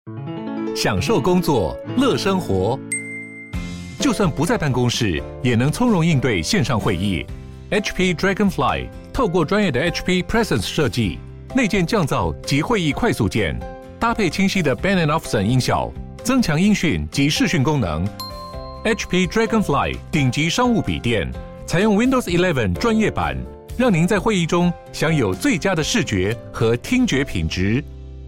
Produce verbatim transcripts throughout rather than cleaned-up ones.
享受工作，乐生活。就算不在办公室，也能从容应对线上会议。H P Dragonfly 透过专业的 H P Presence 设计，内建降噪及会议快速键，搭配清晰的 Bang and Olufsen 音效，增强音讯及视讯功能。H P Dragonfly 顶级商务笔电，采用 Windows 十一专业版，让您在会议中享有最佳的视觉和听觉品质。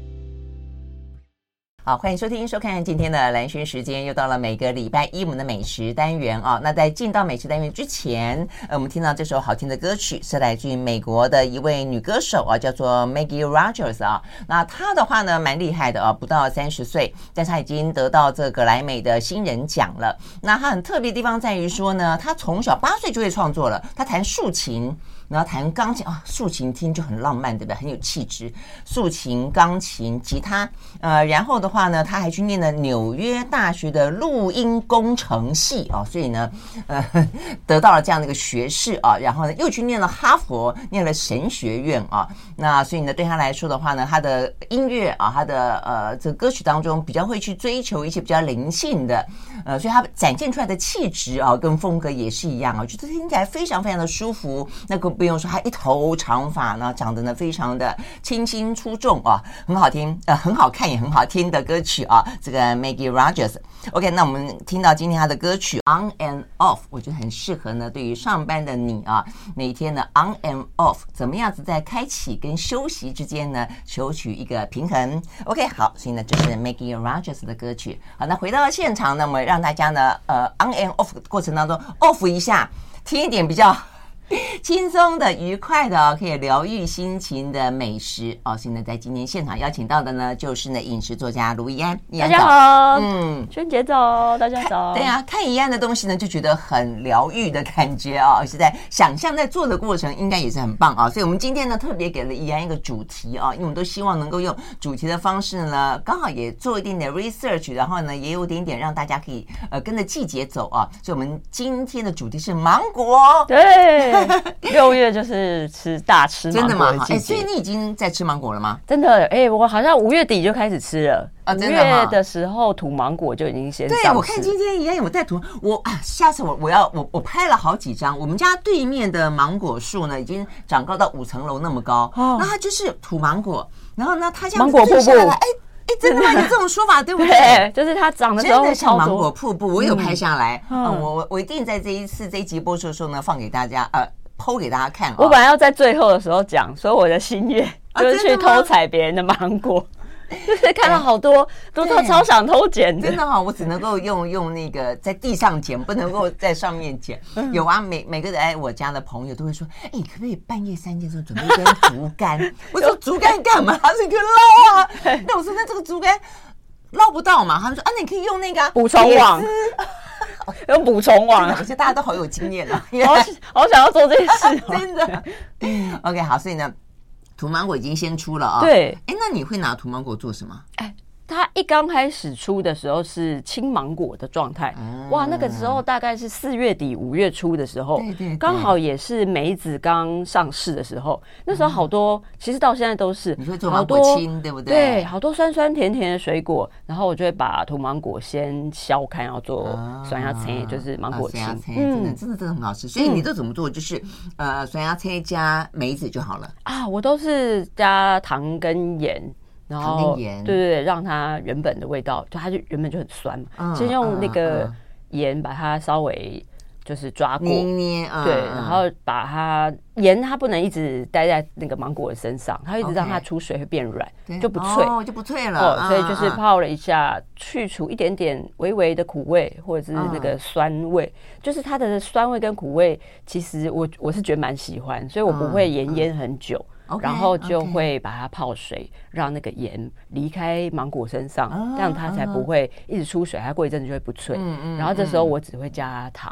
好，欢迎收听收看今天的蓝轩时间，又到了每个礼拜一我们的美食单元啊。那在进到美食单元之前，呃，我们听到这首好听的歌曲是来自于美国的一位女歌手啊，叫做 Maggie Rogers 啊。那她的话呢，蛮厉害的啊，不到三十岁，但是她已经得到这个格莱美的新人奖了。那她很特别的地方在于说呢，她从小八岁就会创作了，她弹竖琴。然后弹钢琴啊，竖琴听就很浪漫，对不对？很有气质。竖琴、钢琴、吉他，呃，然后的话呢，他还去念了纽约大学的录音工程系啊，所以呢，呃，得到了这样的一个学士啊。然后呢，又去念了哈佛，念了神学院啊。那所以呢，对他来说的话呢，他的音乐啊，他的呃这个歌曲当中比较会去追求一些比较灵性的，呃，所以他展现出来的气质啊，跟风格也是一样啊，觉得听起来非常非常的舒服。那个不用说，他一头长发呢，长得呢非常的清新出众啊，很好听，呃，很好看也很好听的歌曲啊。这个 Maggie Rogers。OK， 那我们听到今天他的歌曲 On and Off， 我觉得很适合呢，对于上班的你啊，每天呢 On and Off， 怎么样子在开启跟休息之间呢，求取一个平衡。OK， 好，所以呢，这是 Maggie Rogers 的歌曲。好，那回到现场呢，我们让大家呢，呃 On and Off 的过程当中 ，off 一下，听一点比较轻松的、愉快的、哦，可以疗愈心情的美食哦。所以呢，在今天现场邀请到的呢，就是呢饮食作家卢怡安。 大家好，嗯，萱姐早，大家早。 对啊，看怡安的东西呢，就觉得很疗愈的感觉啊、哦，是在想象在做的过程，应该也是很棒啊、哦。所以我们今天呢，特别给了怡安一个主题啊、哦，因为我们都希望能够用主题的方式呢，刚好也做一点点 research， 然后呢，也有点点让大家可以呃跟着季节走啊。所以我们今天的主题是芒果。 对。六月就是吃大吃芒果的季节。真的吗？ 哎，所以你已经在吃芒果了吗？ 真的，哎，我好像五月底就开始吃了。 啊， 五月的时候土芒果就已经先上市。 对，我看今天一样有在土，我啊，下次我我要我我拍了好几张。我们家对面的芒果树呢，已经长高到五层楼那么高，哦、那它就是土芒果。然后呢，它这样子坠下来了，哎。哎，真的吗？有这种说法对不对？ 对，就是它长的时候真的像芒果瀑布，我有拍下来。 嗯， 嗯我我一定在这一次这一集播出的时候呢，放给大家，呃，po 给大家看、哦。 我本来要在最后的时候讲，说我的心愿就是去偷采别人的芒果。就是看到好多都超想偷捡的， 真的哈、哦，我只能够用用那个在地上捡，不能够在上面捡。嗯、有啊，每每个人哎，我家的朋友都会说，哎，可不可以半夜三点的时候准备一根竹竿？我说竹竿干嘛？他说你可以捞啊。那我说那这个竹竿捞不到嘛？他们说啊，那你可以用那个捕虫网。用捕虫网， 我觉得大家都好有经验啊， 好, 好想要做这件事、 哦，真的。OK， 好，所以呢。土芒果已经先出了啊、哦， 对， 哎，那你会拿土芒果做什么？ 哎，它一刚开始出的时候是青芒果的状态、嗯，哇，那个时候大概是四月底五月初的时候， 对对对， 刚好也是梅子刚上市的时候，那时候好多，嗯、其实到现在都是， 你会做芒果青，对不对？ 对，好多酸酸甜甜的水果，然后我就会把土芒果先削开，然后做酸芽青、啊，就是芒果青， 嗯，真的真的真的很好吃。所以你都怎么做？就是呃，酸芽青加梅子就好了啊，我都是加糖跟盐。然后对对对，让它原本的味道，就它就原本就很酸嘛，嗯、先用那个盐把它稍微就是抓过， 捏捏，嗯、 对，然后把它盐它不能一直待在那个芒果的身上，它一直让它出水会变软， okay, 就不脆， 哦，就不脆了。 哦，所以就是泡了一下，去除一点点微微的苦味或者是那个酸味，嗯、就是它的酸味跟苦味，其实我我是觉得蛮喜欢，所以我不会盐腌很久。嗯嗯Okay, 然后就会把它泡水， okay. 让那个盐离开芒果身上， oh, 这样它才不会一直出水，它过一阵子就会不脆。嗯嗯。然后这时候我只会加糖，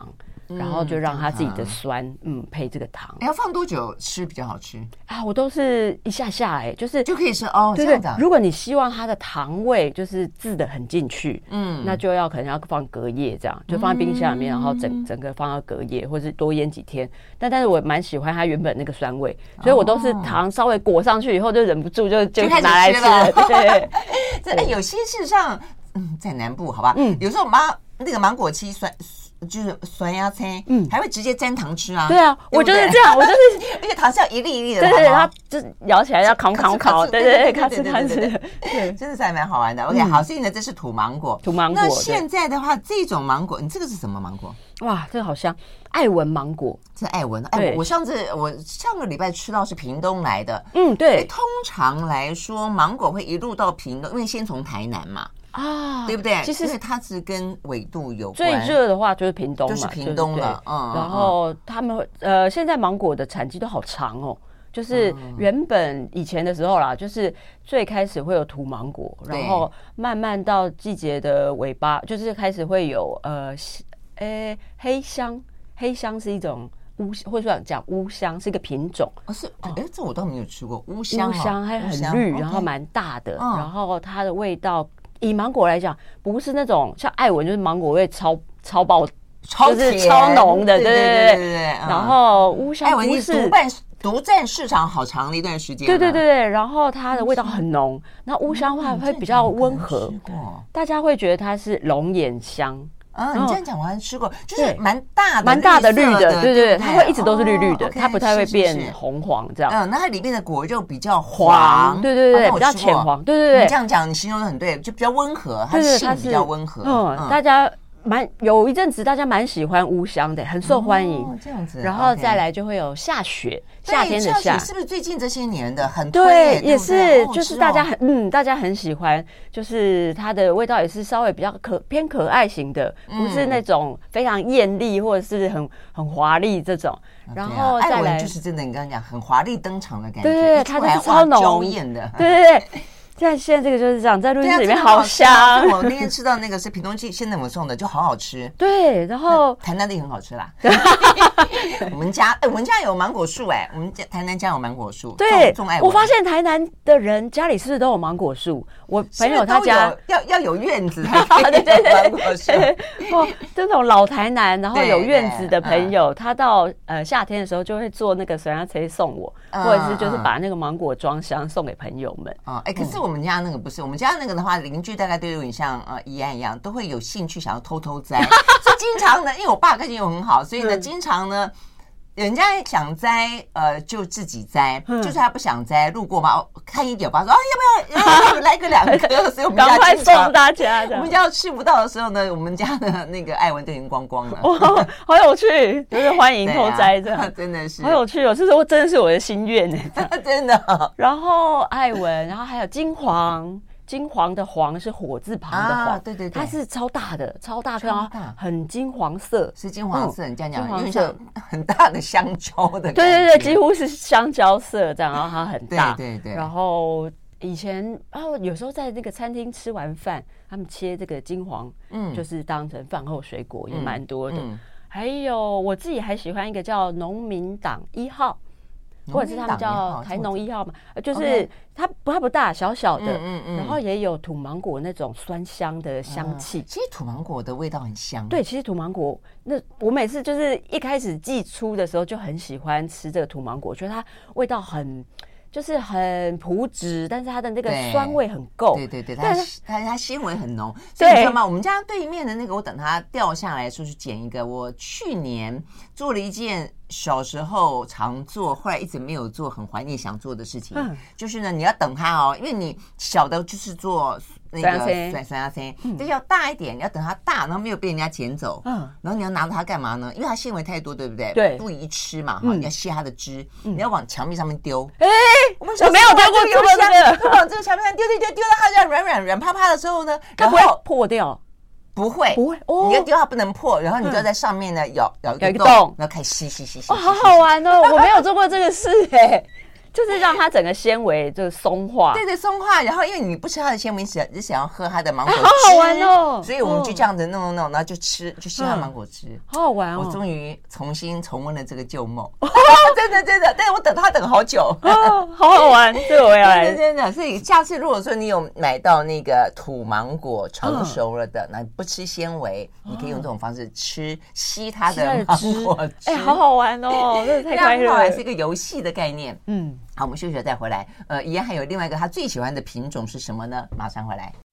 然后就让它自己的酸，嗯，配这个糖。 要放多久吃比较好吃啊？我都是一下下哎、欸，就是就可以吃哦。 对对，这样子、 如果你希望它的糖味就是渍的很进去，嗯，那就要可能要放隔夜，这样就放在冰箱里面，嗯、然后整整个放到隔夜，或是多腌几天。但但是我蛮喜欢它原本那个酸味，所以我都是糖稍微裹上去以后就忍不住就就拿来吃了。对， 这、欸、有些事实上，嗯，在南部好吧，嗯，有时候芒那个芒果七酸。就是酸鸭菜，嗯，还会直接沾糖吃啊。 对啊，对对我就是这样，我就是， 而且糖是要一粒一粒的， 对对，它就是咬起来要烤烤烤，对对对，咔哧咔哧， 对，真的是还蛮好玩的。OK，、嗯、好，所以呢，这是土芒果， 土芒果。 那现在的话，这种芒果，你这个是什么芒果？ 哇，这个好像爱文芒果， 这爱文。哎，我上次我上个礼拜吃到是屏东来的， 嗯，对。 通常来说，芒果会一路到屏东，因为先从台南嘛。啊，对不对？ 其实因为它是跟纬度有关。 最热的话就是屏东嘛， 就是屏东了。 嗯，然后他们呃，现在芒果的产季都好长哦。就是原本以前的时候啦，就是最开始会有土芒果，然后慢慢到季节的尾巴，就是开始会有呃，诶黑香，黑香是一种。乌或者说讲乌香是一个品种， 哦是，哎、哦，这我倒没有吃过乌香、哦， 乌香还很绿，然后蛮大的，嗯、然后它的味道，以芒果来讲，不是那种像爱文就是芒果味超超爆， 超就是超浓的，对对对对对。 然后乌香不是独占独占市场好长的一段时间， 对对对对。然后它的味道很浓，那乌香的话会比较温和，大家会觉得它是龙眼香。 啊，你这样讲我还吃过，就是蛮大的、 蛮大的绿的，对对对，它会一直都是绿绿的，它不太会变红黄这样。 嗯，那它里面的果肉比较黄， 对对对，比较浅黄，对对对。 你这样讲，你形容的很对，就比较温和，它性比较温和。 嗯，大家蛮有一阵子大家蛮喜欢乌香的，很受欢迎。 哦，这样子。 然后再来就会有下雪，夏天的夏， 是不是最近这些年的很对，也是就是大家很嗯，大家很喜欢，就是它的味道也是稍微比较可偏可爱型的，不是那种非常艳丽或者是很很华丽这种。然后再来就是真的，你刚刚讲很华丽登场的感觉， 对对对，它就是超浓艳的， 对对对。现在现在这个就是这样，在录音室里面好香。 我那天吃到那个是屏东现在我送的，就好好吃。 对，然后台南的也很好吃啦。我们家哎，我们家有芒果树哎，我们家台南家有芒果树。 对，我发现台南的人家里是不是都有芒果树？我朋友他家要要有院子才可以有芒果树。 哦，这种老台南，然后有院子的朋友，他到呃夏天的时候就会做那个酸鸭菜送我，或者是就是把那个芒果装箱送给朋友们。 啊，哎，可是我们家那个不是，我们家那个的话，邻居大概都有点像呃怡安一样，都会有兴趣想要偷偷摘，所以经常呢，因为我爸跟情又很好，所以呢，经常呢。人家想摘，呃，就自己摘，嗯、就是他不想摘，路过嘛，看一点，我爸说啊，要不要，要不要来个两颗？所以我们家赶快送大家的。 我们家吃不到的时候呢，我们家的那个艾文都已经光光了。 哦，好有趣，就是欢迎偷摘这样，啊、 真的是好有趣哦，这是我真的是我的心愿哎， 真的、哦。 然后艾文，然后还有金黄。金黄的黄是火字旁的黄，啊、 对对对， 它是超大的，超大颗，很金黄色， 是金黄色。嗯、你这样讲，因为像很大的香蕉的感觉， 对对对，几乎是香蕉色这样，然后它很大， 对对对。 然后以前啊，有时候在那个餐厅吃完饭，他们切这个金黄，嗯，就是当成饭后水果，也蛮多的。嗯嗯、还有我自己还喜欢一个叫农民党一号。或者是他们叫台农一号嘛，就是它不它不大，小小的，嗯嗯，然后也有土芒果那种酸香的香气。 其实土芒果的味道很香。 对，其实土芒果，那我每次就是一开始季初的时候就很喜欢吃这个土芒果，觉得它味道很。就是很朴质，但是它的那个酸味很够。 对对对，它它它纤维很浓。所以你知道吗？我们家对面的那个，我等它掉下来的时候去捡一个。我去年做了一件小时候常做，后来一直没有做，很怀念想做的事情，嗯、就是呢，你要等它哦，因为你小的就是做。那个酸酸鸭丝，但要大一点，你要等它大，然后没有被人家捡走，嗯，然后你要拿着它干嘛呢？因为它纤维太多，对不对？ 对， 不宜吃嘛，哈、嗯，你要卸它的汁，嗯、你要往墙壁上面丢。 哎、欸，我们小时候没有丢过这个， 就往这个墙壁上丢丢丢，丢到它这样软软软趴趴的时候呢，然后破掉。 不会， 不会，哦、 你要丢它不能破，然后你就要在上面呢咬咬一个洞，然后开始吸吸吸吸。 哇，好好玩哦！我没有做过这个事哎。 就是让它整个纤维就松化。 对对，松化。然后因为你不吃它的纤维，只只想要喝它的芒果汁， 好好玩哦。 所以我们就这样子弄弄弄，然后就吃就吃它芒果汁， 好好玩哦。 我终于重新重温了这个旧梦，真的真的，但是我等它等好久， 哦，好好玩，这个我要来。 真的真的，所以下次如果说你有买到那个土芒果成熟了的，那不吃纤维，你可以用这种方式吃吸它的芒果汁， 哎，好好玩哦，真的太快乐了， 是一个游戏的概念。嗯，好，我们休息了再回来。呃，怡安还有另外一个他最喜欢的品种是什么呢？马上回来。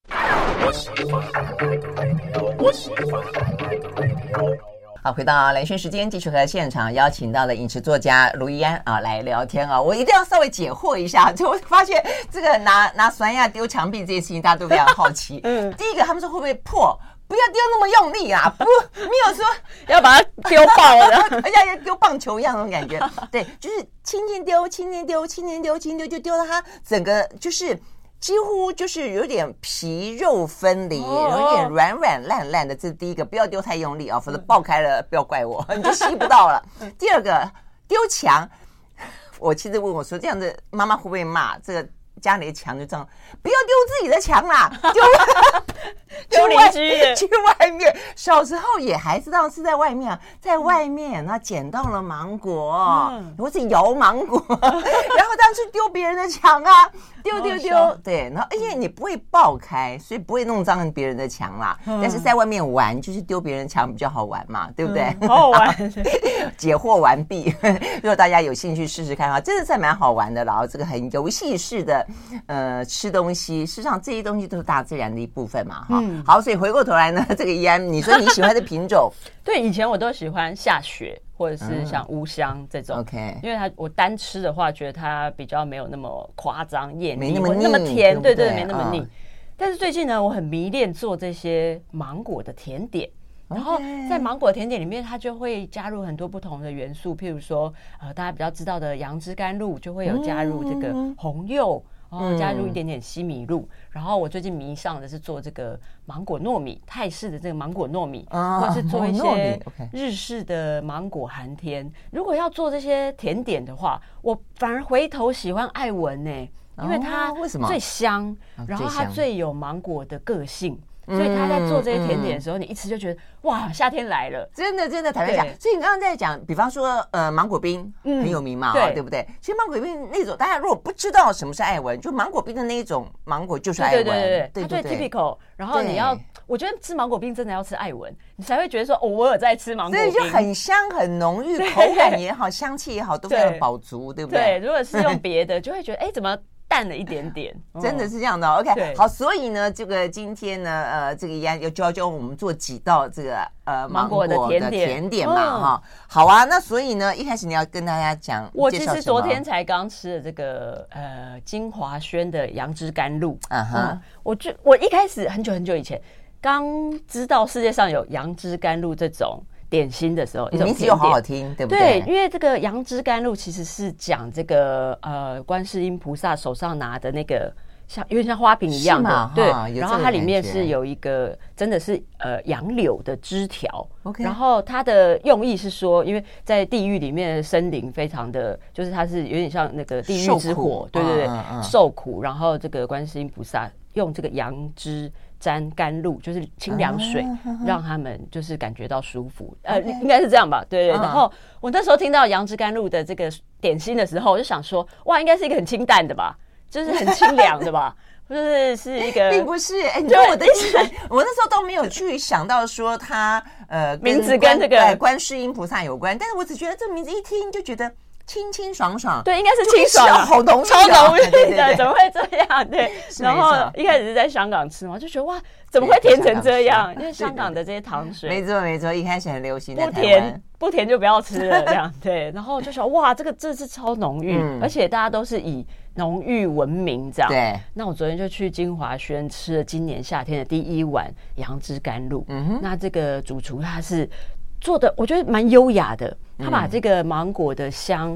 好，回到蓝轩时间，继续和现场邀请到了饮食作家卢怡安啊来聊天啊。我一定要稍微解惑一下，就我发现这个拿拿酸亚丢墙壁这件事情，大家都非常好奇。嗯，第一个他们说会不会破？不要丢那么用力啊！不，没有说要把它丢爆了， 而且要丢棒球一样那种感觉。对，就是轻轻丢，轻轻丢，轻轻丢，轻轻丢，就丢到它整个就是几乎就是有点皮肉分离，有点软软烂烂的。这是第一个，不要丢太用力啊，否则爆开了不要怪我，你就吸不到了。第二个，丢墙，我其实问我说，这样子妈妈会不会骂这个？家里的墙就这样，不要丢自己的墙啦，丢丢邻居的， 去外面。小时候也还知道是在外面啊，在外面，然后捡到了芒果，嗯、或者摇芒果，然后当去丢别人的墙啊，丢丢丢，对，然后而且你不会爆开，所以不会弄脏别人的墙啦。嗯、但是在外面玩，就是丢别人的墙比较好玩嘛，对不对？ 嗯、好好玩。 解惑完毕，如果大家有兴趣试试看的话，真的是蛮好玩的。然后这个很游戏式的。呃，吃东西，事实上这些东西都是大自然的一部分嘛，哈、嗯。好，所以回过头来呢，这个怡安，你说你喜欢的品种， 对，以前我都喜欢下雪或者是像乌香这种、嗯、，OK， 因为它我单吃的话，觉得它比较没有那么夸张艳丽， 没那么腻， 那么甜， 对对对，没那么腻。嗯、但是最近呢，我很迷恋做这些芒果的甜点。然后在芒果甜点里面，它就会加入很多不同的元素，譬如说，呃，大家比较知道的杨枝甘露，就会有加入这个红柚。然后加入一点点西米露，嗯、然后我最近迷上的是做这个芒果糯米，泰式的这个芒果糯米，啊、或是做一些日式的芒果寒天。如果要做这些甜点的话，我反而回头喜欢艾文呢、欸，因为它最香，哦、然后它最有芒果的个性。所以他在做这些甜点的时候，嗯嗯、你一吃就觉得哇，夏天来了， 真的真的坦白讲。所以你刚刚在讲，比方说呃，芒果冰很有名嘛，嗯、对, 对不对？其实芒果冰那种，大家如果不知道什么是艾文，就芒果冰的那一种芒果就是艾文， 对对对对，它最 typical。然后你要，我觉得吃芒果冰真的要吃艾文，你才会觉得说偶尔在吃芒果冰， 所以就很香很浓郁，口感也好，香气也好，都非常饱足，对不对？ 对，如果是用别的，就会觉得哎，怎么？淡了一点点， 真的是这样的。OK， 好，所以呢，这个今天呢，呃，这个怡安要教教我们做几道这个呃芒果的甜点甜点嘛，哈、嗯。好啊，那所以呢，一开始你要跟大家讲， 我其实昨天才刚吃了这个呃金华轩的杨枝甘露，啊哈、嗯，我就我一开始很久很久以前刚知道世界上有杨枝甘露这种。点心的时候， 名字又好好听，对不对？ 对，因为这个杨枝甘露其实是讲这个呃，观世音菩萨手上拿的那个像有点像花瓶一样的，对。然后它里面是有一个真的是呃杨柳的枝条， okay. 然后它的用意是说，因为在地狱里面的森林非常的，就是它是有点像那个地狱之火，对对对，嗯嗯、受苦。然后这个观世音菩萨用这个杨枝。沾甘露就是清凉水，啊、让他们就是感觉到舒服。Okay. 呃，应该是这样吧？对对。Uh. 然后我那时候听到杨枝甘露的这个点心的时候，我就想说，哇，应该是一个很清淡的吧，就是很清凉的吧，就是是一个， 并不是。哎、欸，你知道我的意思，我那时候都没有去想到说它呃名字跟这个观世音菩萨有关，但是我只觉得这名字一听就觉得。清清爽爽， 对，应该是清爽， 好浓郁， 超浓郁的，怎么会这样？对，然后一开始是在香港吃嘛，就觉得哇，怎么会甜成这样？因为香港的这些糖水， 没错没错，一开始很流行在台湾， 不甜不甜就不要吃了，这样对。然后就说哇，这个这是超浓郁，嗯、而且大家都是以浓郁闻名，这样。对。那我昨天就去金华轩吃了今年夏天的第一碗杨枝甘露，嗯哼，那这个主厨他是做的，我觉得蛮优雅的。他把这个芒果的香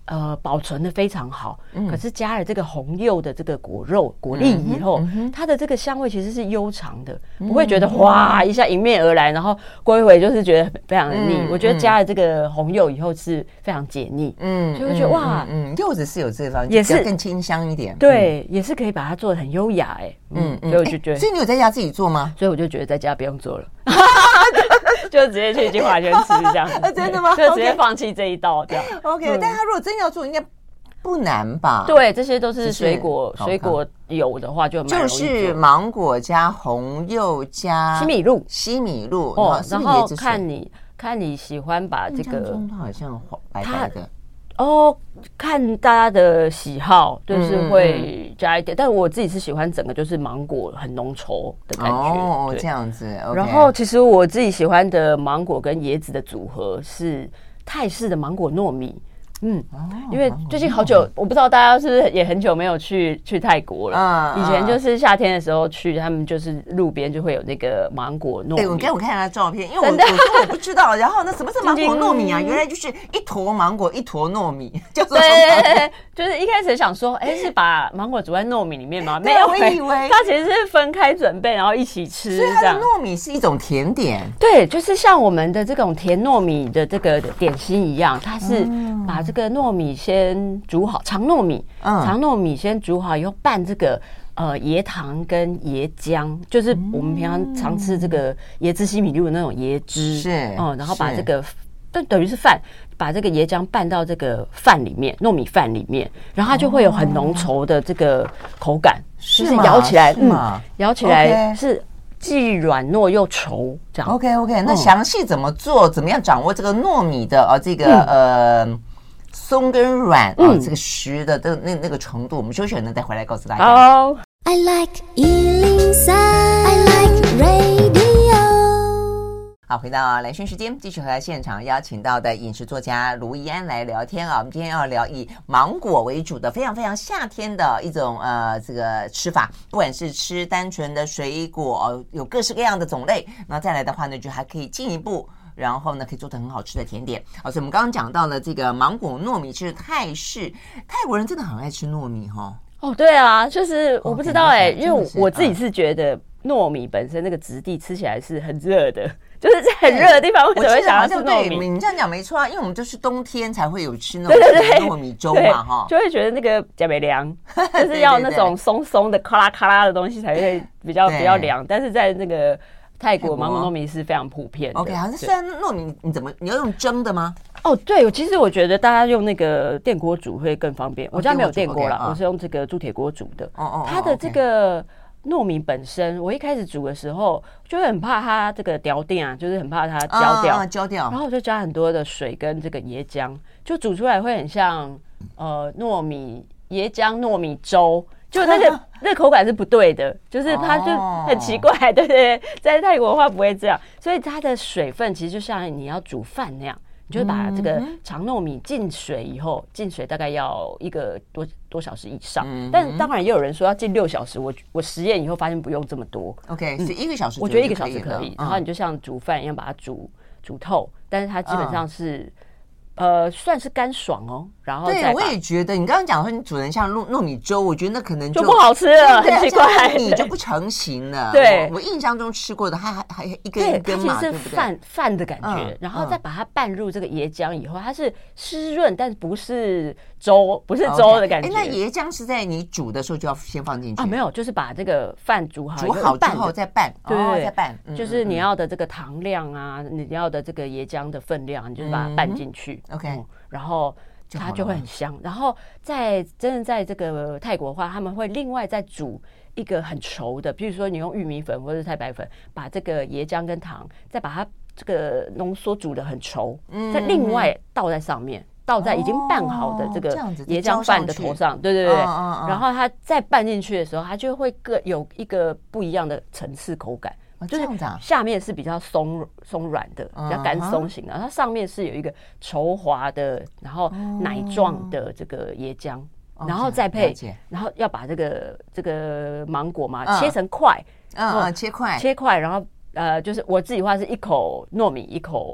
呃，保存的非常好，嗯、可是加了这个红柚的这个果肉果粒以后、嗯嗯，它的这个香味其实是悠长的，嗯、不会觉得哗一下迎面而来，然后过一会就是觉得非常的腻、嗯。我觉得加了这个红柚以后是非常解腻，嗯，所以我觉得、嗯、哇， 嗯，柚子是有这方面，也是更清香一点， 对，嗯、也是可以把它做得很优雅、欸，哎，嗯，所以我就觉得、 欸，所以你有在家自己做吗？ 所以我就觉得在家不用做了。就直接去金华轩吃这样子、 啊、真的吗？ 就直接放弃这一道这样。 OK，、嗯、但他如果真要做，应该不难吧？ 对，这些都是水果，水果有的话就蛮容易做。 就是芒果加红柚加西米露， 西米露哦，然后看你看你喜欢把这个， 它好像白白的。 哦，看大家的喜好，就是会加一点、嗯嗯，但我自己是喜欢整个就是芒果很浓稠的感觉。 哦，这样子。Okay、 然后其实我自己喜欢的芒果跟椰子的组合是泰式的芒果糯米。嗯、哦，因为最近好久，我不知道大家是不是也很久没有去去泰国了。嗯，以前就是夏天的时候去，他们就是路边就会有那个芒果糯米。 对，我给我看他的照片，因为我我说我不知道，然后那什么是芒果糯米啊？原来就是一坨芒果，一坨糯米，叫做对对对，就是一开始想说，哎，是把芒果煮在糯米里面吗？没有， 我以为它其实是分开准备，然后一起吃。 所以它的糯米是一种甜点， 对，就是像我们的这种甜糯米的这个点心一样，它是把这个糯米先煮好，长糯米，嗯、长糯米先煮好以后拌这个呃椰糖跟椰浆，就是我们平常常吃这个椰汁西米露的那种椰汁， 是， 嗯，然后把这个等等于是饭，把这个椰浆拌到这个饭里面，糯米饭里面，然后它就会有很浓稠的这个口感，哦、就是咬起来，嗯，咬起来是。既软糯又稠，这样。 OK OK， 那详细怎么做？嗯、怎么样掌握这个糯米的呃这个、嗯、呃松跟软啊、呃嗯、这个实的的那那个程度？我们休息了呢，再回来告诉大家。 好。 I like 一零三 I like radio。 好，回到蓝轩时间，继续和现场邀请到的饮食作家卢怡安来聊天啊。我们今天要聊以芒果为主的非常非常夏天的一种呃这个吃法，不管是吃单纯的水果、呃、有各式各样的种类，那再来的话呢，就还可以进一步。然后呢，可以做成很好吃的甜点。好，所以我们刚刚讲到了这个芒果糯米是泰式，泰国人真的很爱吃糯米哈。 哦，对啊，就是我不知道哎、欸，因为我自己是觉得糯米本身那个质地吃起来是很热的。就是在很热的地方，为什么会想要吃糯米？ 你这样讲没错啊，因为我们就是冬天才会有吃那种糯米粥嘛，哈， 就会觉得那个加倍凉，就是要那种松松的咔啦咔啦的东西才会比较比较凉。但是在那个泰国，芒果糯米是非常普遍的。 OK， 好像虽然糯米你怎么你要用蒸的吗？ 哦，对，其实我觉得大家用那个电锅煮会更方便。我家没有电锅啦，我是用这个铸铁锅煮的。哦哦，它的这个。糯米本身，我一开始煮的时候就会很怕它这个掉电啊，就是很怕它焦掉， 啊、焦掉。 然后我就加很多的水跟这个椰浆，就煮出来会很像呃糯米椰浆糯米粥，就那个那个口感是不对的，就是它就很奇怪，哦、对对对，在泰国的话不会这样，所以它的水分其实就像你要煮饭那样。你就把这个长糯米浸水以后，浸水大概要一个多多小时以上，嗯、但当然也有人说要浸六小时。我我实验以后发现不用这么多。 OK，所以一个小时， 我觉得一个小时可以。然后你就像煮饭一样把它煮煮透，但是它基本上是。嗯呃，算是干爽哦，然后再对，我也觉得你刚刚讲说你煮成像糯糯米粥，我觉得那可能 就, 就不好吃了，很奇怪， 米就不成型了。 对， 我, 我印象中吃过的，它还还一根一根嘛， 对不对？饭饭的感觉、嗯，然后再把它拌入这个椰浆以后，它是湿润，但是不是粥，不是粥的感觉。 哎、okay ，那椰浆是在你煮的时候就要先放进去啊？没有，就是把这个饭煮好， 煮好之后再拌， 对对对， 再拌， 嗯、就是你要的这个糖量啊，你要的这个椰浆的分量，你就是把它拌进去。 嗯、OK。 嗯然后它就会很香。然后在真的在这个泰国的话，他们会另外再煮一个很稠的，比如说你用玉米粉或者是太白粉，把这个椰浆跟糖再把它这个浓缩煮的很稠，嗯、再另外倒在上面。倒在已经拌好的这个椰浆饭的头上，对对对，哦、然后它再拌进去的时候，它就会各有一个不一样的层次口感。就是下面是比较松松软的，比较干松型的，然后上面是有一个稠滑的，然后奶状的这个椰浆，然后再配，然后要把这个这个芒果嘛切成块， 嗯嗯，切块切块，然后呃，就是我自己话是一口糯米一口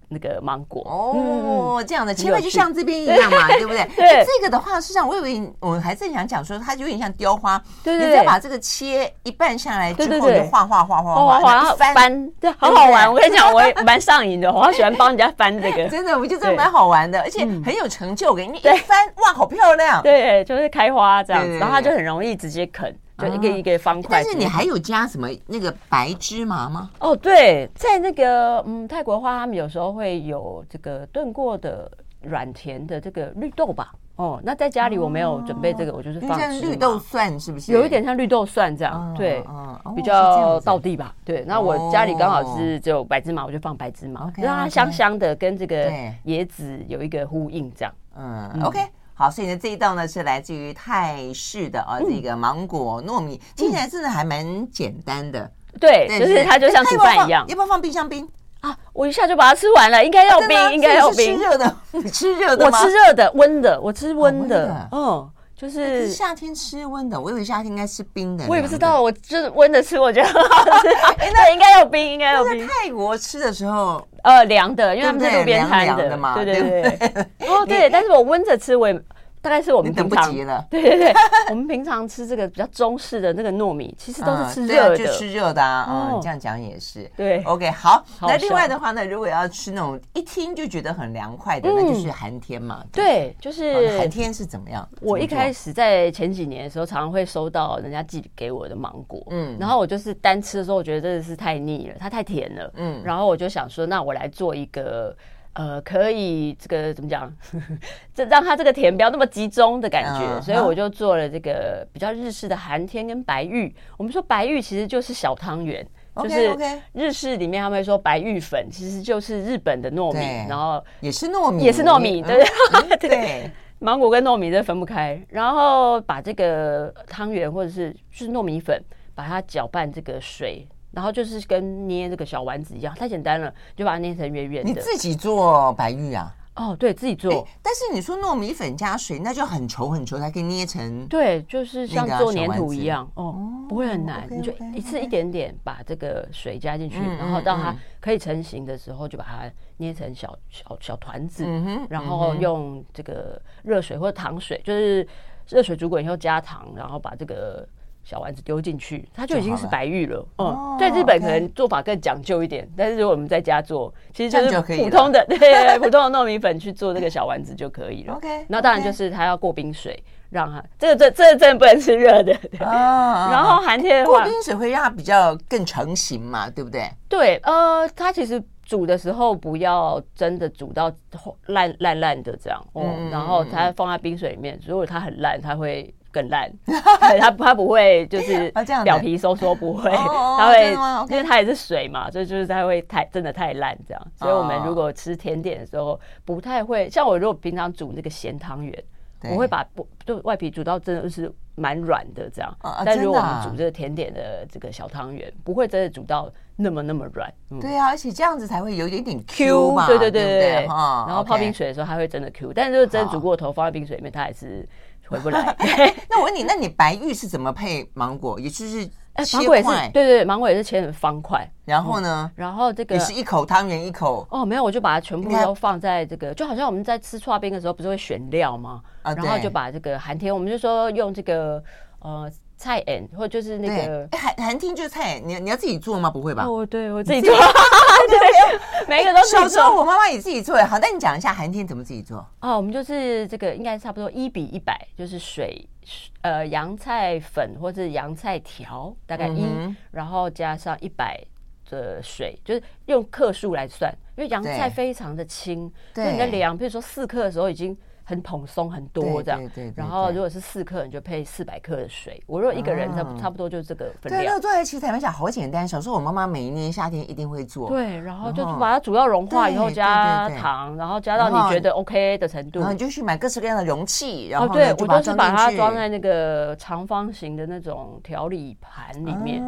那个芒果哦，这样的切很有块就像这边一样嘛，对不对？ 对哎这个的话，事实上我以为我还正想讲说，它有点像雕花， 对对对你只要把这个切一半下来之后， 对对对就画画画画画画画一翻， 翻，对，好好玩。我跟你讲，我也蛮上瘾的，我好喜欢帮人家翻这个。 真的，我觉得这蛮好玩的，而且很有成就感。你一对翻，哇，好漂亮！ 对，就是开花这样子， 对对对然后它就很容易直接啃，就一个一个方块。 但是你还有加什么那个白芝麻吗？ 哦，对，在那个嗯泰国花，他们有时候会有这个炖过的软甜的这个绿豆吧。哦，那在家里我没有准备这个，我就是放像绿豆蒜，是不是？ 有一点像绿豆蒜这样，对，比较道地吧。对，那我家里刚好是只有白芝麻，我就放白芝麻，让它香香的，跟这个椰子有一个呼应，这样。 嗯 ，OK。好，所以呢，这一道呢是来自于泰式的啊，这个芒果糯米，听起来真的还蛮简单的。 对，就是它就像煮饭一样。 要不要放冰箱冰啊？我一下就把它吃完了，应该要冰，应该要冰。 吃热的，你吃热的吗？ 我吃热的，温的，我吃温的。嗯，就是夏天吃温的，我以为夏天应该吃冰的。 我也不知道，我就是温的吃，我觉得很好吃。那应该要冰，应该要冰。 在泰国吃的时候， 呃，凉的，因为他们是路边摊的嘛。 对对对。哦，对，但是我温着吃，我也。大概是我们平常等不及了， 对对对，我们平常吃这个比较中式的那个糯米，其实都是吃热的， 就吃热的啊。嗯，这样讲也是。 对 ，OK， 好。那另外的话呢，如果要吃那种一听就觉得很凉快的，那就是寒天嘛。 对，就是寒天是怎么样？ 我一开始在前几年的时候，常常会收到人家寄给我的芒果，嗯，然后我就是单吃的时候，我觉得真的是太腻了，它太甜了，嗯，然后我就想说，那我来做一个。呃，可以这个怎么讲？这让它这个甜不要那么集中的感觉，嗯、所以我就做了这个比较日式的寒天跟白玉。我们说白玉其实就是小汤圆， okay, 就是日式里面他们会说白玉粉，其实就是日本的糯米，然后也是糯米， 也是糯米，对、嗯、对对， 芒果跟糯米这分不开。然后把这个汤圆或者是就是糯米粉，把它搅拌这个水。然后就是跟捏这个小丸子一样，太简单了，就把它捏成圆圆的。 你自己做白玉啊？ 哦，对自己做。 但是你说糯米粉加水，那就很稠很稠才可以捏成。 对，就是像做粘土一样哦，不会很难。 okay, okay. 你就一次一点点把这个水加进去，嗯、然后到它可以成型的时候，就把它捏成小小小团子，嗯、然后用这个热水或者糖水，就是热水煮滚以后加糖，然后把这个。小丸子丢进去，它就已经是白玉了。嗯，哦、在日本可能做法更讲究一点， okay. 但是如果我们在家做，其实就是普通的，对，普通的糯米粉去做这个小丸子就可以了。 OK， 那当然就是它要过冰水，让它这个这这真的不能吃热的。哦、然后寒天的话， 过冰水会让它比较更成型嘛，对不对？ 对，呃，它其实煮的时候不要真的煮到烂烂烂的这样，哦、嗯，然后它放在冰水里面，如果它很烂，它会。更烂，它它不会就是表皮收缩，不会，它会，因为它也是水嘛，所以就是它会太真的太烂这样。所以我们如果吃甜点的时候，不太会像我如果平常煮那个咸汤圆，我会把就外皮煮到真的是蛮软的这样。但如果我们煮这个甜点的这个小汤圆，不会真的煮到那么那么软。 对啊，而且这样子才会有一点点 Q 嘛， 对对对对对。 然后泡冰水的时候，它会真的 Q， 但是如果真的煮过头放在冰水里面，它还是。回不来。 那我问你，那你白玉是怎么配芒果？也就是切块， 芒果也是，对对，芒果也是切成方块。 然后呢？ 然后这个也是一口汤圆一口。 哦，没有，我就把它全部都放在这个，就好像我们在吃剉冰的时候，不是会选料吗？啊，然后就把这个寒天，我们就说用这个呃。菜鹌或就是那个寒寒天就是菜，你你要自己做吗？不会吧？ 哦，对我自己做，对，每一个都自己做。 小时候我妈妈也自己做。好，那你讲一下寒天怎么自己做？ 哦，我们就是这个应该差不多一比一百，就是水呃洋菜粉或者洋菜条大概一、嗯，然后加上一百的水，就是用克数来算，因为洋菜非常的轻，所以你在量，比如说四克的时候已经。很蓬松很多这样，对对对对对，然后如果是四克，你就配四百克的水。我如果一个人差不差不多就这个分量。 对，那做来其实台湾讲好简单。小时候我妈妈每一年夏天一定会做， 对，然后就把它煮到融化以后加糖，然后加到你觉得 OK 的程度， 然后你就去买各式各样的容器，然后、 哦、对我都是把它装在那个长方形的那种调理盘里面。嗯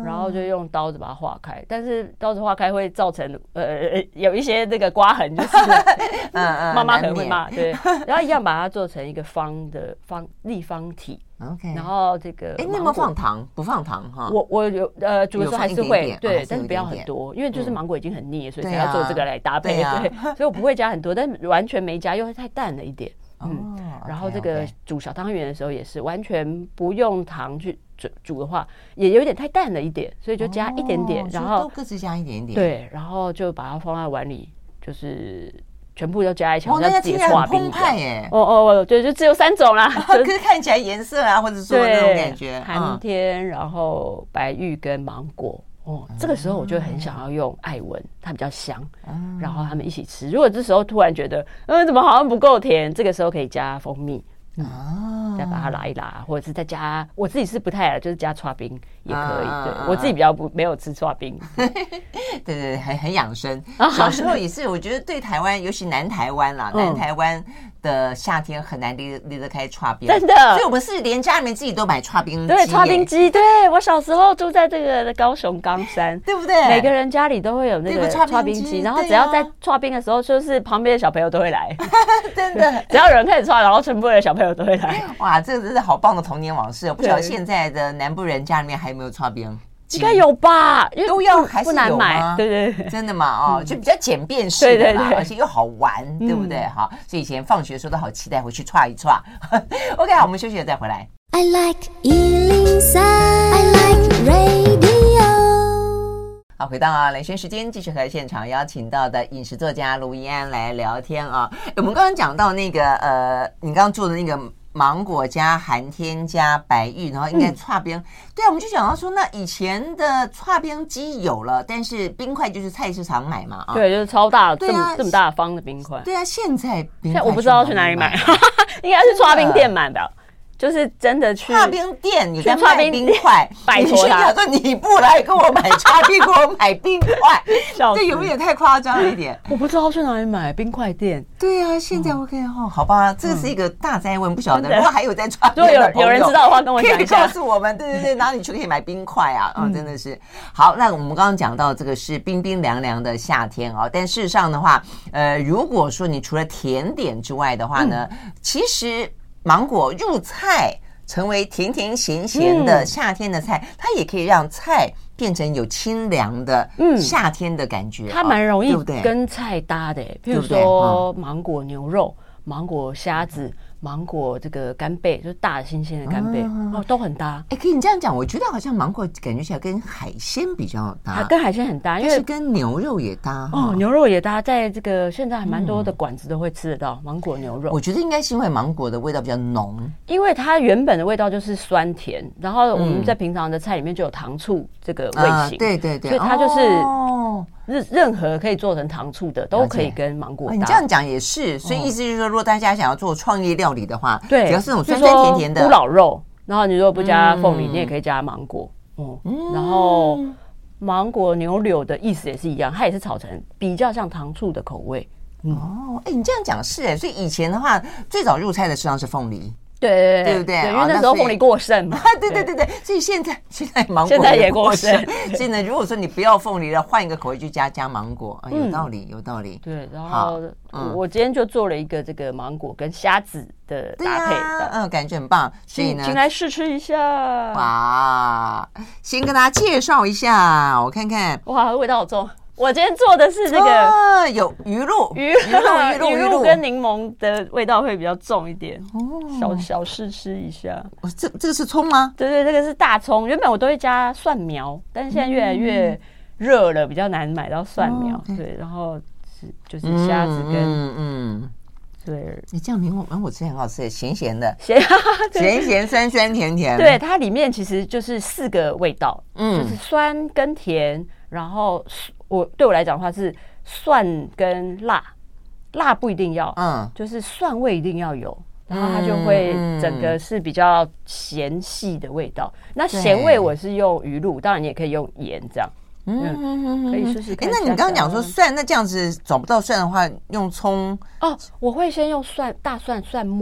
然后就用刀子把它划开，但是刀子划开会造成呃有一些那个刮痕，就是妈妈可能会骂，对，然后一样把它做成一个方的方立方体。 OK， 然后这个， 哎，你有没有放糖？不放糖哈。 我我有呃，煮的时候还是会， 点点对， 哦、 但是不要很多，因为就是芒果已经很腻了，所以才啊要做这个来搭配，对，啊、对，所以我不会加很多，但完全没加又会太淡了一点。嗯，哦、然后这个煮小汤圆的时候也是完全不用糖去煮煮的话，也有点太淡了一点，所以就加一点点， 哦、 然后都各自加一点点， 对，然后就把它放在碗里，就是全部都加一起， 哦，那听起来很澎湃耶！ 哦哦哦，对，就只有三种啦， 可是看起来颜色啊，或者说那种感觉， 寒天，然后白玉跟芒果。哦，这个时候我就很想要用艾文，它比较香，嗯、然后他们一起吃。如果这时候突然觉得，嗯，怎么好像不够甜，这个时候可以加蜂蜜，嗯、哦，再把它拉一拉，或者是再加，我自己是不太，就是加剉冰也可以。啊、对我自己比较不没有吃剉冰， 对对对，很很养生。小时候也是，我觉得对台湾，尤其南台湾啦，南台湾的夏天很难离离得开剉冰， 真的。 所以我们是连家里面自己都买剉冰机， 对，剉冰机。对我小时候住在这个高雄冈山， 对不对？ 每个人家里都会有那个剉冰机，然后只要在剉冰的时候，就是旁边的小朋友都会来， 真的， 只要有人开始剉，然后全部的小朋友都会来。 哇，这个真是好棒的童年往事！不晓得现在的南部人家里面还有没有剉冰？ 应该有吧， 都要还是不难买，对对对，真的吗？哦，就比较简便式的啦，而且又好玩，对不对？好，所以以前放学的时候都好期待回去剉一剉。OK， 好，我们休息了再回来。 I like 一零三 I like radio。 好，回到啊雷轩时间，继续和现场邀请到的饮食作家卢怡安来聊天啊。我们刚刚讲到那个呃，你刚刚做的那个。芒果加寒天加白玉，然后应该剉冰、嗯、对啊，我们就讲到说，那以前的剉冰机有了，但是冰块就是菜市场买嘛，啊， 对，就是超大， 对啊， 这么这么大方的冰块。 对啊，现在冰块现在我不知道去哪里买，应该是剉冰店买的。就是真的去剉冰店，你在卖冰块， 拜托他， 你说你不来跟我买剉冰，给我买冰块，这有没有太夸张了一点？ 我不知道去哪里买冰块店。 对啊，现在 OK 哈、嗯，好吧，这是一个大哉问，不晓得。如果还有在剉冰的朋友，如果有有人知道的话，跟我讲一下， 可以告诉我们。对对对，哪里去可以买冰块啊？嗯，真的是好。那我们刚刚讲到这个是冰冰凉凉的夏天啊，但事实上的话，呃，如果说你除了甜点之外的话呢，嗯、其实芒果入菜。成为甜甜咸咸的夏天的菜、嗯、它也可以让菜变成有清凉的夏天的感觉、嗯、 它蛮容易跟菜搭的，比如说芒果牛肉、芒果虾子、芒果这个干贝，就是大的新鲜的干贝、嗯、哦，都很搭。 哎，可以你这样讲，我觉得好像芒果感觉起来跟海鲜比较搭， 它跟海鲜很搭，因为是跟牛肉也搭哦，牛肉也搭，在这个现在还蛮多的馆子都会吃得到、嗯、芒果牛肉。 我觉得应该是因为芒果的味道比较浓， 因为它原本的味道就是酸甜，然后我们在平常的菜里面就有糖醋这个味型，啊、 对对对， 所以它就是任任何可以做成糖醋的都可以跟芒果搭。 你这样讲也是，所以意思就是说，如果大家想要做创意料理的话， 对， 只要是那种酸酸甜甜的咕老肉，然后你如果不加凤梨、嗯，你也可以加芒果，嗯，嗯然后芒果牛柳的意思也是一样，它也是炒成比较像糖醋的口味。 嗯、哦，哎，你这样讲是哎，所以以前的话，最早入菜的实际上是凤梨。 对对不对？ 因为那时候凤梨过剩嘛。 对对对对，所以现在现在芒果现在也过剩。 现在如果说你不要凤梨了，换一个口味就加加芒果啊，有道理有道理。 对，然后我今天就做了一个这个芒果跟虾子的搭配的， 嗯，感觉很棒。所以呢， 请来试吃一下。 哇，先跟大家介绍一下，我看看， 哇，味道好重。我今天做的是这个、 哦、有鱼露鱼露鱼露鱼露跟柠檬的味道会比较重一点哦，小小试吃一下。 哦，这这个是葱吗？ 对对，这个是大葱。原本我都会加蒜苗，但是现在越来越热了，比较难买到蒜苗。哦 okay、对，然后是就是虾子跟嗯嗯，对， 你这样柠檬芒果吃很好吃，咸咸的， 咸咸咸酸酸甜甜。 对，它里面其实就是四个味道，嗯，就是酸跟甜，然后。我对我来讲的话是蒜跟辣，辣不一定要，嗯，就是蒜味一定要有，然后它就会整个是比较咸细的味道。嗯、那咸味我是用鱼露，当然你也可以用盐这样，嗯，可以试试看。 哎，那你刚刚讲说蒜，那这样子找不到蒜的话，用葱哦，我会先用蒜大蒜蒜末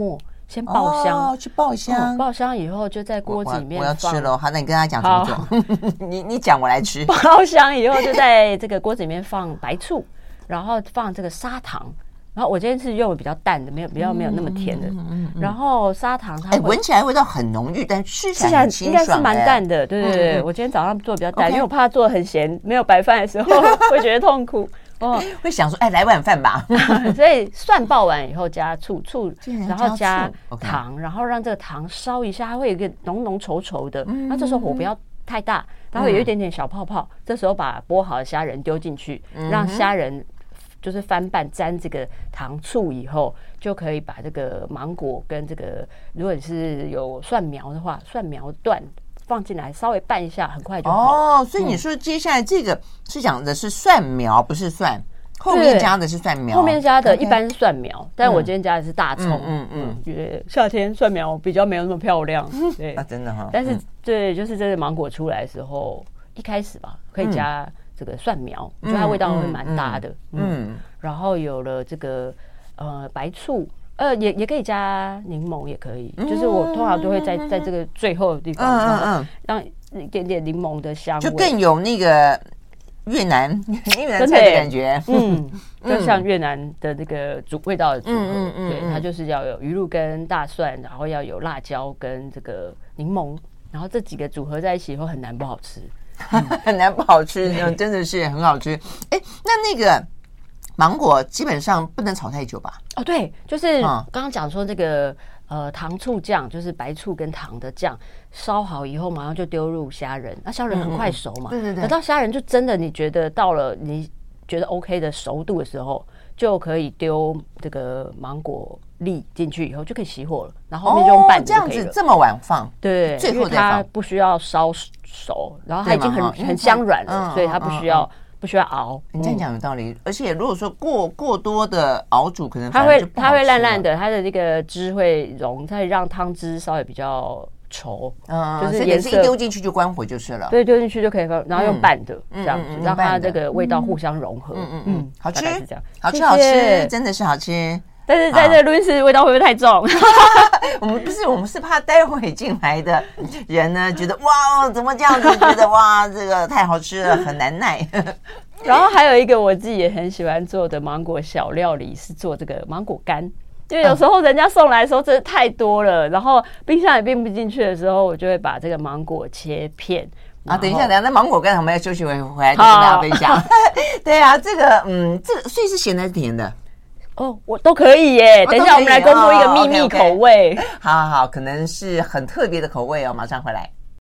先爆香， 哦，去爆香， 哦爆香以后就在锅子里面我，我要放吃了。好，那你跟他讲怎么做？你你讲，我来吃。 爆香以后就在这个锅子里面放白醋，然后放这个砂糖。然后我今天是用的比较淡的，没有比较没有那么甜的。嗯嗯嗯、然后砂糖它， 哎，闻起来味道很浓郁，但吃起来很清爽， 应该是蛮淡的。对对对，嗯、我今天早上做的比较淡， okay. 因为我怕做的很咸，没有白饭的时候会觉得痛苦。哦， 会想说，哎，来碗饭吧。 所以蒜爆完以后加醋，醋，然后加糖， okay. 然后让这个糖烧一下，它会有一个浓浓稠稠的。嗯、那这时候火不要太大，它会有一点点小泡泡。嗯、这时候把剥好的虾仁丢进去，嗯、让虾仁。就是翻拌沾这个糖醋以后，就可以把这个芒果跟这个，如果你是有蒜苗的话，蒜苗段放进来，稍微拌一下，很快就好。 哦，所以你说接下来这个是讲的是蒜苗，不是蒜，后面加的是蒜苗， 后面加的一般是蒜苗，但我今天加的是大葱。嗯嗯，觉得夏天蒜苗比较没有那么漂亮。对啊，真的哈。 但是对，就是这个芒果出来的时候，一开始吧，可以加。这个蒜苗，我觉得它味道会蛮搭的。嗯，嗯嗯然后有了这个呃白醋，呃也也可以加柠檬，也可以。嗯、就是我通常都会在在这个最后的地方，嗯嗯嗯，让一点点柠檬的香味， 就更有那个越南越南菜的感觉。 嗯，就像越南的那个组味道的组合，嗯嗯对，它就是要有鱼露跟大蒜，然后要有辣椒跟这个柠檬，然后这几个组合在一起以后很难不好吃。 很难不好吃，真的是很好吃。哎，那那个芒果基本上不能炒太久吧？ 哦，对，就是刚刚讲说这个呃糖醋酱，就是白醋跟糖的酱，烧好以后马上就丢入虾仁，那虾仁很快熟嘛，对对对。等到虾仁就真的你觉得到了你觉得 OK 的熟度的时候，就可以丢这个芒果粒进去以后就可以熄火了，然后后面就用拌就可以了。 这样子这么晚放， 对，最后再放，它不需要烧熟，然后它已经很很香软了，所以它不需要不需要熬。 你这样讲有道理，而且如果说过过多的熬煮，可能它会它会烂烂的，它的这个汁会溶，它会让汤汁稍微比较稠， 嗯，就是颜色一丢进去就关火就是了。 对，丢进去就可以放，然后用拌的这样子，让它这个味道互相融合。 嗯嗯嗯，好吃，好吃好吃，真的是好吃。 但是在这录音室味道会不会太重？ 我们不是，我们是怕待会进来的人呢，觉得哇，怎么这样子？觉得哇，这个太好吃了，很难耐。 然后还有一个我自己也很喜欢做的芒果小料理是做这个芒果干，因为有时候人家送来的时候真的太多了，然后冰箱也冰不进去的时候，我就会把这个芒果切片。 啊，等一下，等一下，那芒果干我们要休息回回来再跟大家分享。对啊，这个嗯，这个所以是咸的还是甜的？ 哦，我都可以耶。等一下，我们来公布一个秘密口味。 哦、okay, okay 好好好，可能是很特别的口味哦。马上回来。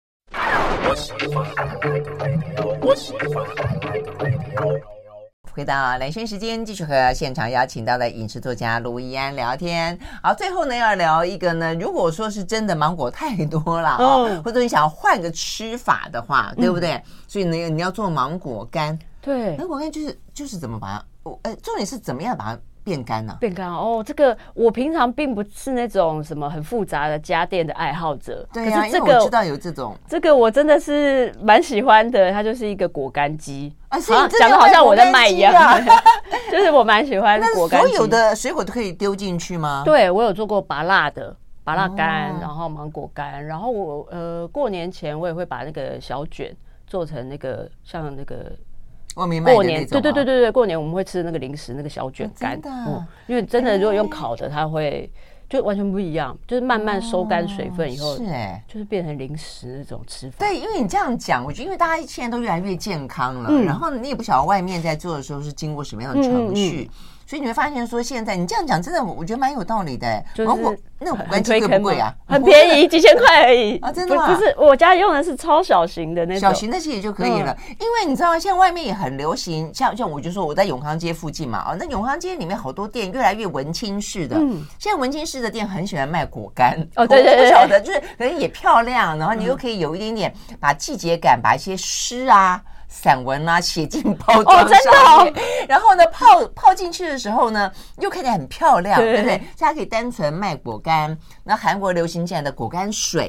回到蓝轩时间，继续和现场邀请到的饮食作家卢怡安聊天。好，最后呢要聊一个呢，如果说是真的芒果太多了、哦嗯、或者你想要换个吃法的话，对不对？嗯、所以呢，你要做芒果干。 对， 芒果干就是就是怎么把它，呃，重点是怎么样把它变干呢、啊？ 变干哦，这个我平常并不是那种什么很复杂的家电的爱好者。 对呀、啊， 可是这个因为我知道有这种， 这个我真的是蛮喜欢的。它就是一个果干机啊，所以讲的好像我在卖一样，就是我蛮喜欢果干机。 所有的水果都可以丢进去吗？ 对，我有做过芭乐的芭乐干，哦、然后芒果干，然后我呃过年前我也会把那个小卷做成那个像那个。 过年对对对对对，过年我们会吃那个零食那个小卷干，嗯，因为真的如果用烤的，它会就完全不一样，就是慢慢收干水分以后， 是哎， 就是变成零食那种吃法。 对，因为你这样讲，我觉得因为大家现在都越来越健康了，嗯、然后你也不晓得外面在做的时候是经过什么样的程序。嗯嗯嗯所以你会发现说，现在你这样讲，真的我觉得蛮有道理的。 就是芒果那种果干机贵不贵啊？ 很便宜，几千块而已啊！真的吗？ 不是，我家用的是超小型的那种， 小型的其实就可以了。嗯、因为你知道，现在外面也很流行，像像我就说我在永康街附近嘛，哦，那永康街里面好多店越来越文青式的。嗯，现在文青式的店很喜欢卖果干。 哦，对对对， 我不晓得，就是可能也漂亮，然后你又可以有一点点把季节感，把一些诗啊。散文啊，写进包装上面、哦真的哦、然后呢，泡泡进去的时候呢，又看起来很漂亮， 对, 对不对？所以它可以单纯卖果干。那韩国流行起来的果干水，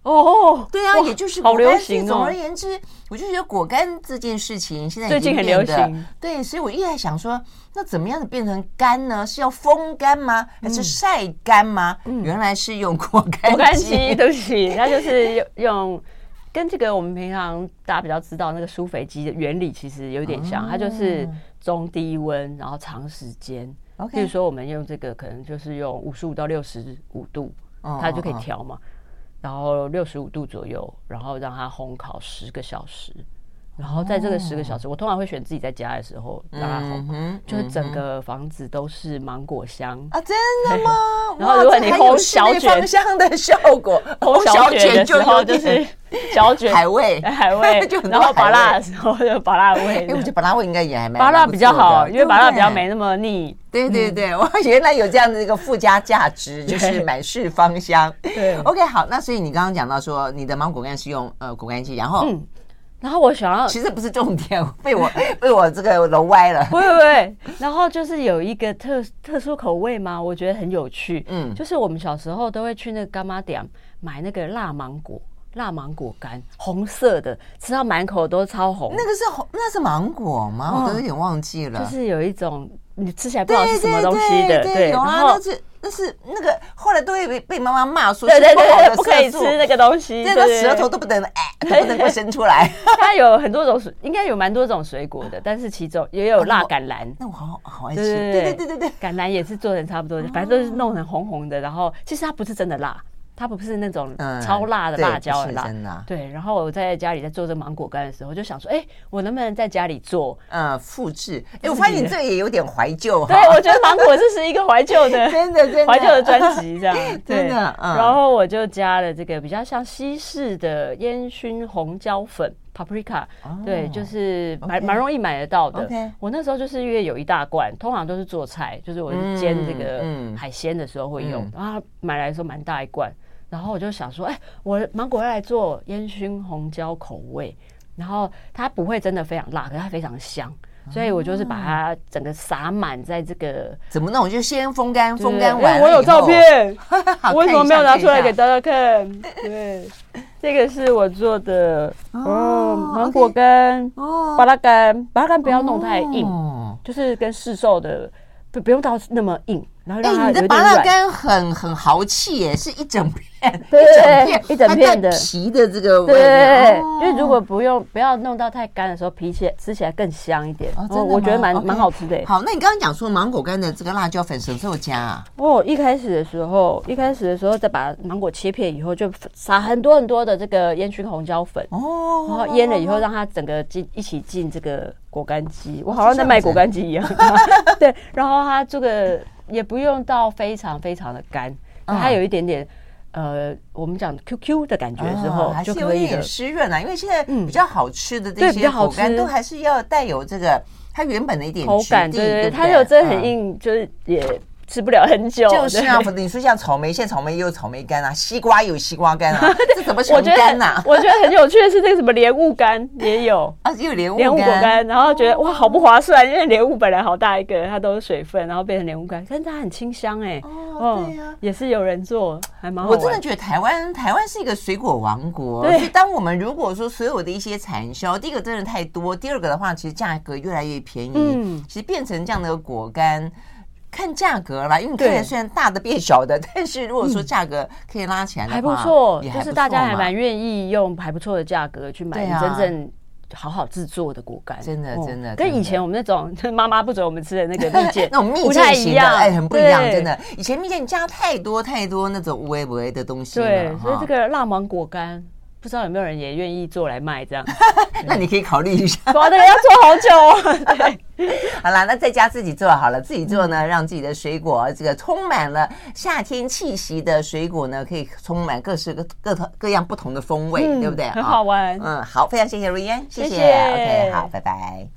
哦， 对啊，也就是好流果干行哦。 总而言之，我就觉得果干这件事情现在最近很流行， 对，所以我一直在想说，那怎么样的变成干呢？是要风干吗？还是晒干吗？嗯、原来是用果干机。 果干机，对不起，它就是用用跟这个我们平常大家比较知道那个舒肥机的原理其实有点像，哦、它就是中低温，然后长时间。Okay. 比如说我们用这个，可能就是用五十五到六十五度，哦、它就可以调嘛。哦然后六十五度左右，然后让它烘烤十个小时，然后在这个十个小时，哦、我通常会选自己在家的时候让它烘，嗯、就是整个房子都是芒果香啊！真的吗？ 然后如果你烘小卷， 芳香的效果， 烘小卷的时候就是小卷海味， 海味，然后拔辣的时候就拔辣味。 因为我觉得拔辣味应该也还蛮拔辣比较好，因为拔辣比较没那么腻。 对对对，我原来有这样的一个附加价值，就是满室芳香。 对 ，OK， 好，那所以你刚刚讲到说，你的芒果干是用呃果干机，然后， 嗯，然后我想要， 其实不是重点，被我被我这个揉歪了。 不会不会，然后就是有一个特特殊口味嘛，我觉得很有趣。嗯，就是我们小时候都会去那个干妈店买那个辣芒果。辣芒果干，红色的，吃到满口都超红。 那个是红，那是芒果吗？哦、我都有点忘记了。 就是有一种你吃起来不知道是什么东西的， 对, 对, 对, 对，有啊，那是那是那个后来都会被被妈妈骂说， 对对对对，不可以吃那个东西， 这个舌头都不能哎，都不能够伸出来。 它有很多种，应该有蛮多种水果的，但是其中也有辣橄榄。 那我好好爱吃，对对对对对， 橄榄也是做成差不多，反正都是弄成红红的，然后其实它不是真的辣。它不是那种超辣的辣椒的辣， 嗯、 对, 对。然后我在家里在做这芒果干的时候，就想说，哎、欸，我能不能在家里做？ 呃，复制。哎、欸，我发现你这个也有点怀旧哈。 对，我觉得芒果这是一个怀旧的， 真的真的怀旧的专辑，这样真的。嗯、 然后我就加了这个比较像西式的烟熏红椒粉 paprika，、哦、对，就是蛮蛮、okay. 容易买得到的。 Okay. 我那时候就是因为有一大罐，通常都是做菜，就是我煎这个海鲜的时候会用，嗯、然后买来的时候蛮大一罐。然后我就想说，哎、欸，我芒果要来做烟熏红椒口味，然后它不会真的非常辣，可是它非常香，所以我就是把它整个撒满在这个怎么弄？就先风干，风干完了以后， 我有照片，我为什么没有拿出来给大家看？对，这个是我做的哦，芒果干，哦，芭乐干，芭乐干不要弄太硬，哦、就是跟市售的不不用到那么硬。然后让它有点软。 你的芭乐干很很豪气耶，是一整片， 对一整片， 一整片的皮的这个味道。 对，因为如果不用不要弄到太干的时候，皮起来吃起来更香一点。哦，真的吗？我觉得蛮蛮好吃的。 好，那你刚刚讲说芒果干的这个辣椒粉什么时候加啊？ 哦，一开始的时候，一开始的时候再把芒果切片以后，就撒很多很多的这个烟熏红椒粉。哦，然后腌了以后，让它整个进一起进这个果干机。我好像在卖果干机一样。对，然后它这个。也不用到非常非常的干，嗯、它有一点点呃，我们讲 Q Q 的感觉之后、 哦、 就可以了，还是有一点湿润啊。因为现在比较好吃的这些果干都还是要带有这个它原本的一点口感，对对对，它有真的很硬，嗯、就是也。吃不了很久， 就是啊。你说像草莓，现在草莓也有草莓干啊，西瓜有西瓜干啊，这怎么成干啊？ 我觉得很有趣的是这个什么莲雾干也有啊，也有莲雾莲雾果干，然后觉得哇好不划算，因为莲雾本来好大一个，它都是水分，然后变成莲雾干，但是它很清香哎、欸。 哦，对啊， 也是有人做，还蛮好玩。 我真的觉得台湾台湾是一个水果王国，所以当我们如果说所有的一些产销，第一个真的太多，第二个的话，其实价格越来越便宜，嗯，其实变成这样的果干。看价格啦，因为你看起来虽然大的变小的，但是如果说价格可以拉起来的话， 还不错，就是大家还蛮愿意用还不错的价格去买真正好好制作的果干， 真的真的跟以前我们那种妈妈不准我们吃的那个蜜饯那种蜜饯型的，哎，很不一样，真的。以前蜜饯加太多太多那种无为不为的东西了， 对，所以这个辣芒果干。不知道有没有人也愿意做来卖这样？ 那你可以考虑一下。 哇，那个要做好久哦。对， 好啦，那在家自己做好了，自己做呢，让自己的水果这个充满了夏天气息的水果呢，可以充满各式各各各样不同的风味，嗯、对不对？ 很好玩。 嗯，好，非常谢谢如烟，谢谢。 谢谢 OK， 好，拜拜。